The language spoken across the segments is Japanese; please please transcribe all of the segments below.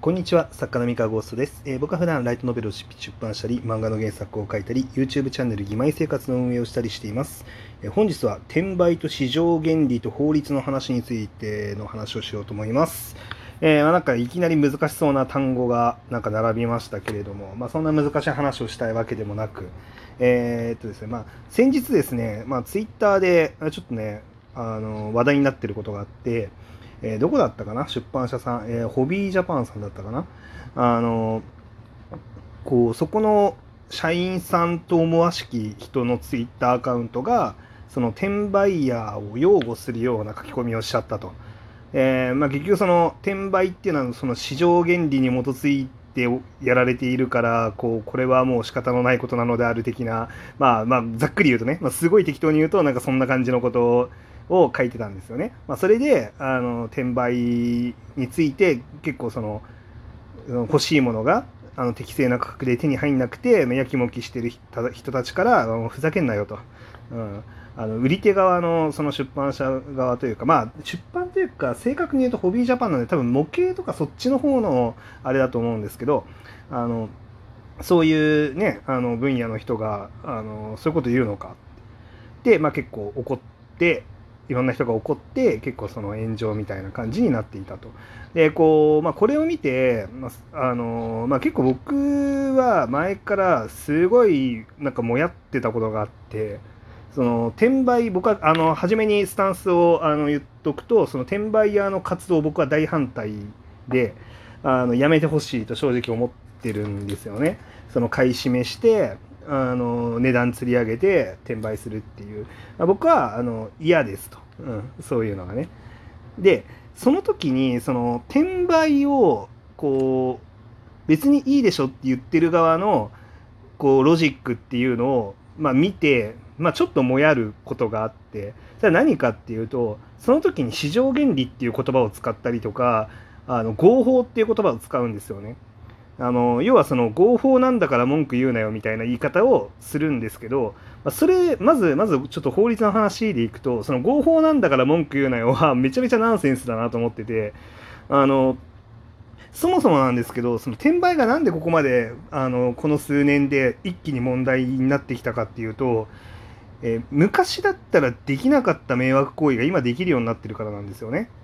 こんにちは、作家の三河ゴーストです。僕は普段ライトノベルを出版したり、漫画の原作を書いたり、YouTube チャンネル義妹生活の運営をしたりしています。本日は転売と市場原理と法律の話についての話をしようと思います。なんかいきなり難しそうな単語がなんか並びましたけれども、そんな難しい話をしたいわけでもなく、ですね、先日ですね、Twitter でちょっとね、話題になっていることがあって、どこだったかな、出版社さん、ホビージャパンさんだったかな、そこの社員さんと思わしき人のツイッターアカウントがその転売ヤーを擁護するような書き込みをしちゃったと。結局その転売っていうのはその市場原理に基づいてやられているからこれはもう仕方のないことなのである的な、ざっくり言うとね、すごい適当に言うとなんかそんな感じのことを書いてたんですよね。それで転売について結構その欲しいものが適正な価格で手に入んなくてやきもきしてる人たちからふざけんなよと、売り手側のその出版社側というか、出版というか正確に言うとホビージャパンなので多分模型とかそっちの方のあれだと思うんですけど、そういうね分野の人がそういうこと言うのかで、結構怒って、いろんな人が怒って結構その炎上みたいな感じになっていたと。でこれを見て、結構僕は前からすごいなんかもやってたことがあって、その転売、僕は初めにスタンスを言っとくと、その転売屋の活動を僕は大反対でやめてほしいと正直思ってるんですよね。その買い占めして値段釣り上げて転売するっていう、僕は嫌ですと、そういうのがね。でその時にその転売を別にいいでしょって言ってる側のロジックっていうのを見て、ちょっともやることがあって、それは何かっていうと、その時に市場原理っていう言葉を使ったりとか合法っていう言葉を使うんですよね。要はその合法なんだから文句言うなよみたいな言い方をするんですけど、それまずちょっと法律の話でいくと、その合法なんだから文句言うなよはめちゃめちゃナンセンスだなと思ってて、そもそもなんですけど、その転売がなんでここまでこの数年で一気に問題になってきたかっていうと、昔だったらできなかった迷惑行為が今できるようになってるからなんですよね。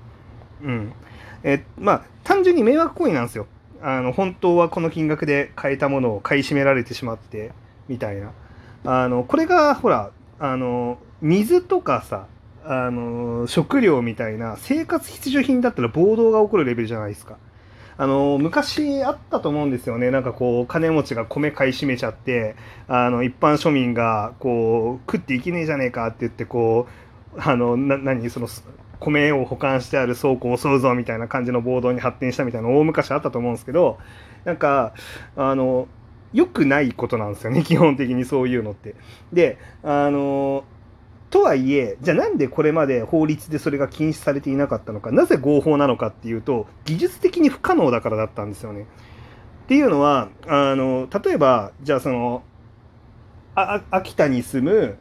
単純に迷惑行為なんですよ。本当はこの金額で買えたものを買い占められてしまってみたいな。これがほら水とかさ食料みたいな生活必需品だったら暴動が起こるレベルじゃないですか。昔あったと思うんですよね。なんか金持ちが米買い占めちゃって一般庶民が食っていけねえじゃねえかって言ってその米を保管してある倉庫を襲うぞみたいな感じの暴動に発展したみたいな大昔あったと思うんですけど、なんか良くないことなんですよね、基本的にそういうのって。でとはいえ、じゃあなんでこれまで法律でそれが禁止されていなかったのか、なぜ合法なのかっていうと、技術的に不可能だからだったんですよね。っていうのは例えばじゃあその秋田に住む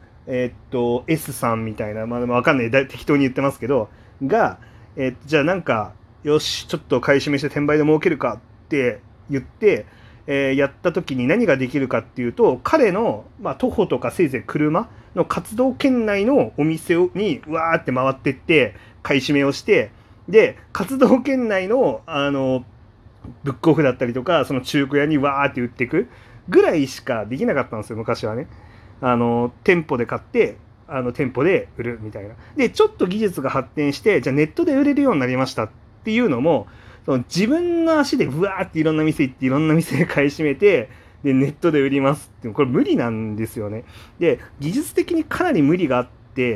S さんみたいな、わかんない、適当に言ってますけどが、じゃあなんかよしちょっと買い占めして転売で儲けるかって言って、やった時に何ができるかっていうと、彼の、徒歩とかせいぜい車の活動圏内のお店にわーって回ってって買い占めをして、で活動圏内のブックオフだったりとかその中古屋にわーって売っていくぐらいしかできなかったんですよ、昔はね。店舗で買って店舗で売るみたいな。でちょっと技術が発展して、じゃあネットで売れるようになりましたっていうのも、その自分の足でうわーっていろんな店行っていろんな店で買い占めて、でネットで売りますって、これ無理なんですよね。で技術的にかなり無理があって、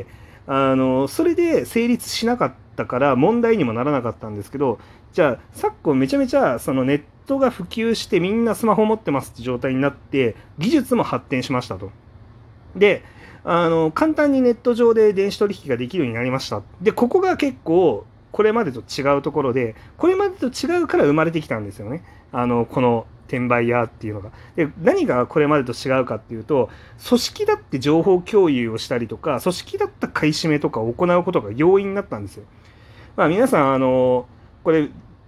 それで成立しなかったから問題にもならなかったんですけど、じゃあ昨今めちゃめちゃそのネットが普及してみんなスマホ持ってますって状態になって、技術も発展しましたと。で簡単にネット上で電子取引ができるようになりました。でここが結構これまでと違うところで、これまでと違うから生まれてきたんですよね、この転売屋っていうのが。で何がこれまでと違うかっていうと、組織だって情報共有をしたりとか、組織だった買い占めとかを行うことが容易になったんですよ。皆さんこれ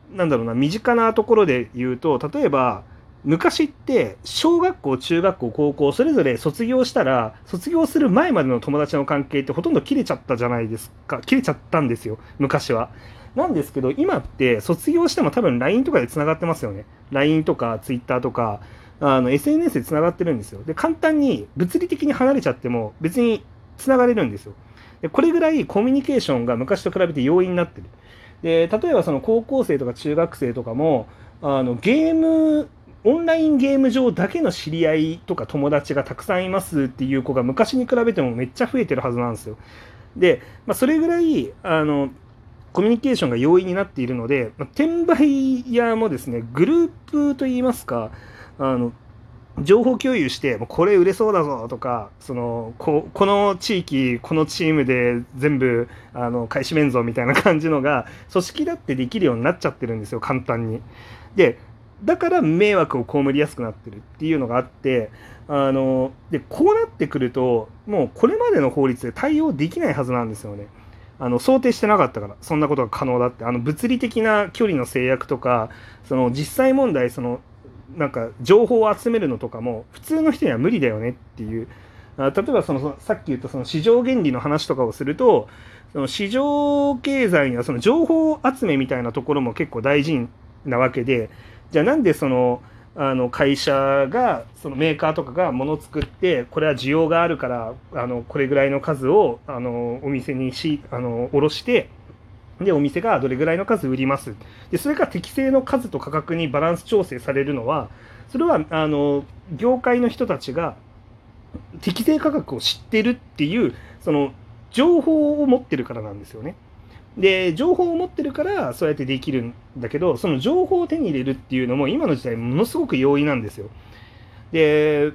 なんだろうな、身近なところで言うと、例えば昔って小学校、中学校、高校それぞれ卒業したら、卒業する前までの友達の関係ってほとんど切れちゃったじゃないですか。切れちゃったんですよ、昔は。なんですけど今って卒業しても多分 LINE とかでつながってますよね。 LINE とか Twitter とかSNS でつながってるんですよ。で簡単に物理的に離れちゃっても別につながれるんですよ。でこれぐらいコミュニケーションが昔と比べて容易になってる。で例えばその高校生とか中学生とかもゲームオンラインゲーム上だけの知り合いとか友達がたくさんいますっていう子が昔に比べてもめっちゃ増えてるはずなんですよ。で、それぐらいコミュニケーションが容易になっているので、転売屋もですね、グループといいますか、あの情報共有して、もうこれ売れそうだぞとか、この地域、このチームで全部買い占めんぞみたいな感じのが、組織だってできるようになっちゃってるんですよ、簡単に。で、だから迷惑を被りやすくなってるっていうのがあって、でこうなってくると、もうこれまでの法律で対応できないはずなんですよね。想定してなかったから、そんなことが可能だって。物理的な距離の制約とか、実際問題、なんか情報を集めるのとかも普通の人には無理だよねっていう。例えばさっき言ったその市場原理の話とかをすると、その市場経済にはその情報集めみたいなところも結構大事なわけで、じゃあなんで会社がそのメーカーとかが物を作って、これは需要があるからこれぐらいの数をお店に卸して、でお店がどれぐらいの数売ります。でそれが適正の数と価格にバランス調整されるのは、それは業界の人たちが適正価格を知ってるっていうその情報を持ってるからなんですよね。で情報を持ってるからそうやってできるんだけど、その情報を手に入れるっていうのも今の時代ものすごく容易なんですよ。で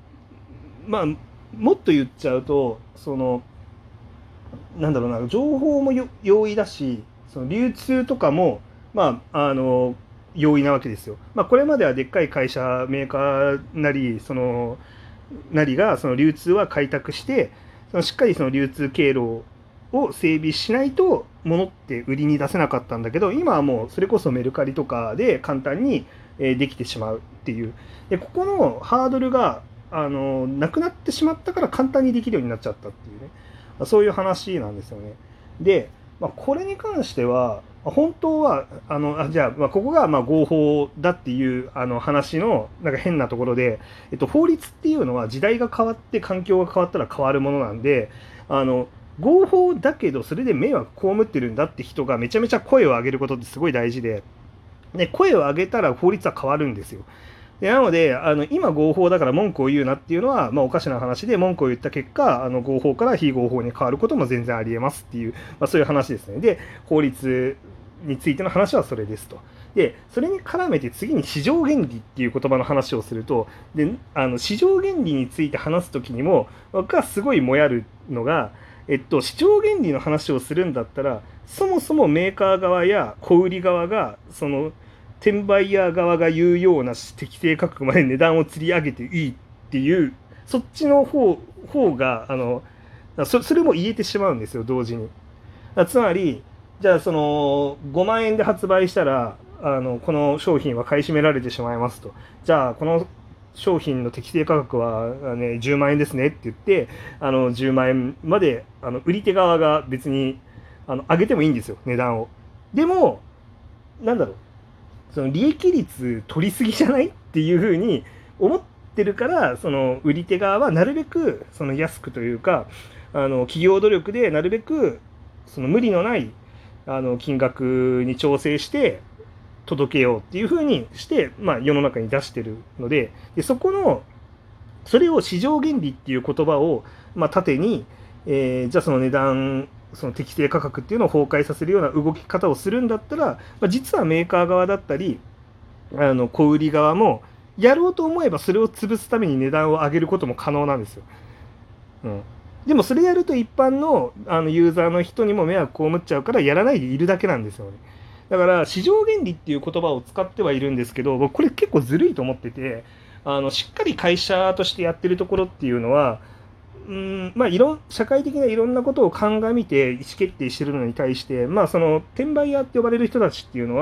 もっと言っちゃうと、なんだろうな、情報も容易だし、その流通とかも容易なわけですよ。これまではでっかい会社メーカーなりがその流通は開拓して、しっかりその流通経路を整備しないと物って売りに出せなかったんだけど、今はもうそれこそメルカリとかで簡単にできてしまうっていう。でここのハードルがなくなってしまったから簡単にできるようになっちゃったっていうね、そういう話なんですよね。で、これに関しては本当はじゃあ、ここが合法だっていう話のなんか変なところで、法律っていうのは時代が変わって環境が変わったら変わるものなんで、合法だけどそれで迷惑被ってるんだって人がめちゃめちゃ声を上げることってすごい大事で、声を上げたら法律は変わるんですよ。でなので今合法だから文句を言うなっていうのは、おかしな話で、文句を言った結果合法から非合法に変わることも全然ありえますっていう、そういう話ですね。で法律についての話はそれですと。でそれに絡めて次に市場原理っていう言葉の話をすると、で市場原理について話す時にも僕はすごいもやるのが、市場原理の話をするんだったら、そもそもメーカー側や小売側が転売ヤー側が言うような適正価格まで値段を釣り上げていいっていう、そっちの方がそれも言えてしまうんですよ、同時に。つまりじゃあ5万円で発売したらこの商品は買い占められてしまいますと。じゃあこの商品の適正価格は、10万円ですねって言って10万円まで売り手側が別に上げてもいいんですよ、値段を。でもなんだろう、その利益率取りすぎじゃないっていうふうに思ってるから、その売り手側はなるべく安くというか企業努力でなるべく無理のない金額に調整して届けようっていうふうにして、世の中に出してるので、それを市場原理っていう言葉を盾に、じゃあその値段適正価格っていうのを崩壊させるような動き方をするんだったら、実はメーカー側だったり小売側もやろうと思えばそれを潰すために値段を上げることも可能なんですよ。でもそれやると一般のユーザーの人にも迷惑を被っちゃうからやらないでいるだけなんですよね。だから市場原理っていう言葉を使ってはいるんですけど、僕これ結構ずるいと思ってて、しっかり会社としてやってるところっていうのは社会的ないろんなことを鑑みて意思決定してるのに対して、転売屋って呼ばれる人たちっていうのは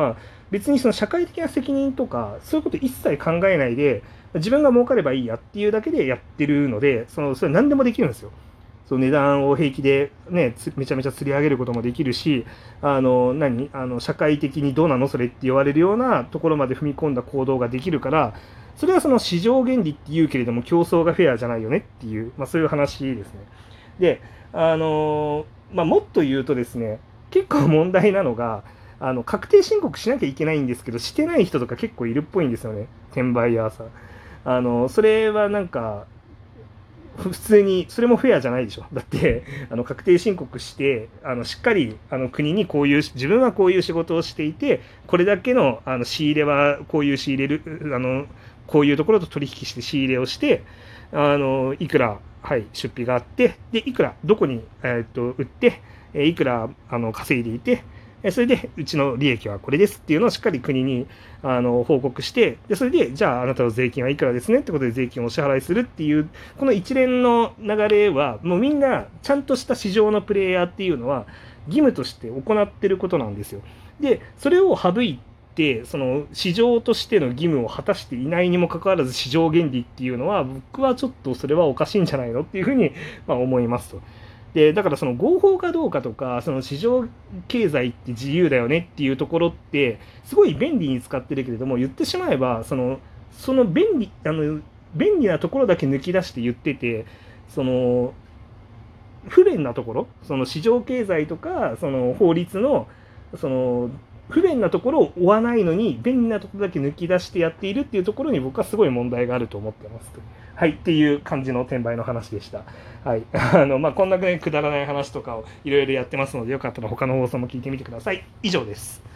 別にその社会的な責任とかそういうこと一切考えないで自分が儲かればいいやっていうだけでやってるので、それ何でもできるんですよ。その値段を平気で、ね、めちゃめちゃ釣り上げることもできるし、社会的にどうなのそれって言われるようなところまで踏み込んだ行動ができるから、それはその市場原理っていうけれども競争がフェアじゃないよねっていう、そういう話ですね。で、もっと言うとですね、結構問題なのが、確定申告しなきゃいけないんですけど、してない人とか結構いるっぽいんですよね、転売ヤーさん。それはなんか、普通にそれもフェアじゃないでしょ。だって確定申告してしっかり国にこういう自分はこういう仕事をしていてこれだけの仕入れはこういう仕入れるこういうところと取引して仕入れをしていくら、はい、出費があってでいくらどこに、売っていくら稼いでいてそれでうちの利益はこれですっていうのをしっかり国に報告してでそれでじゃああなたの税金はいくらですねってことで税金をお支払いするっていうこの一連の流れはもうみんなちゃんとした市場のプレイヤーっていうのは義務として行っていることなんですよ。でそれを省いてその市場としての義務を果たしていないにもかかわらず市場原理っていうのは僕はちょっとそれはおかしいんじゃないのっていうふうに思いますと。でだからその合法かどうかとかその市場経済って自由だよねっていうところってすごい便利に使ってるけれども言ってしまえばその便利なところだけ抜き出して言っててその不便なところその市場経済とかその法律のその不便なところを追わないのに便利なところだけ抜き出してやっているっていうところに僕はすごい問題があると思ってますと。はいっていう感じの転売の話でした。はいこんなくらいくだらない話とかをいろいろやってますのでよかったら他の放送も聞いてみてください。以上です。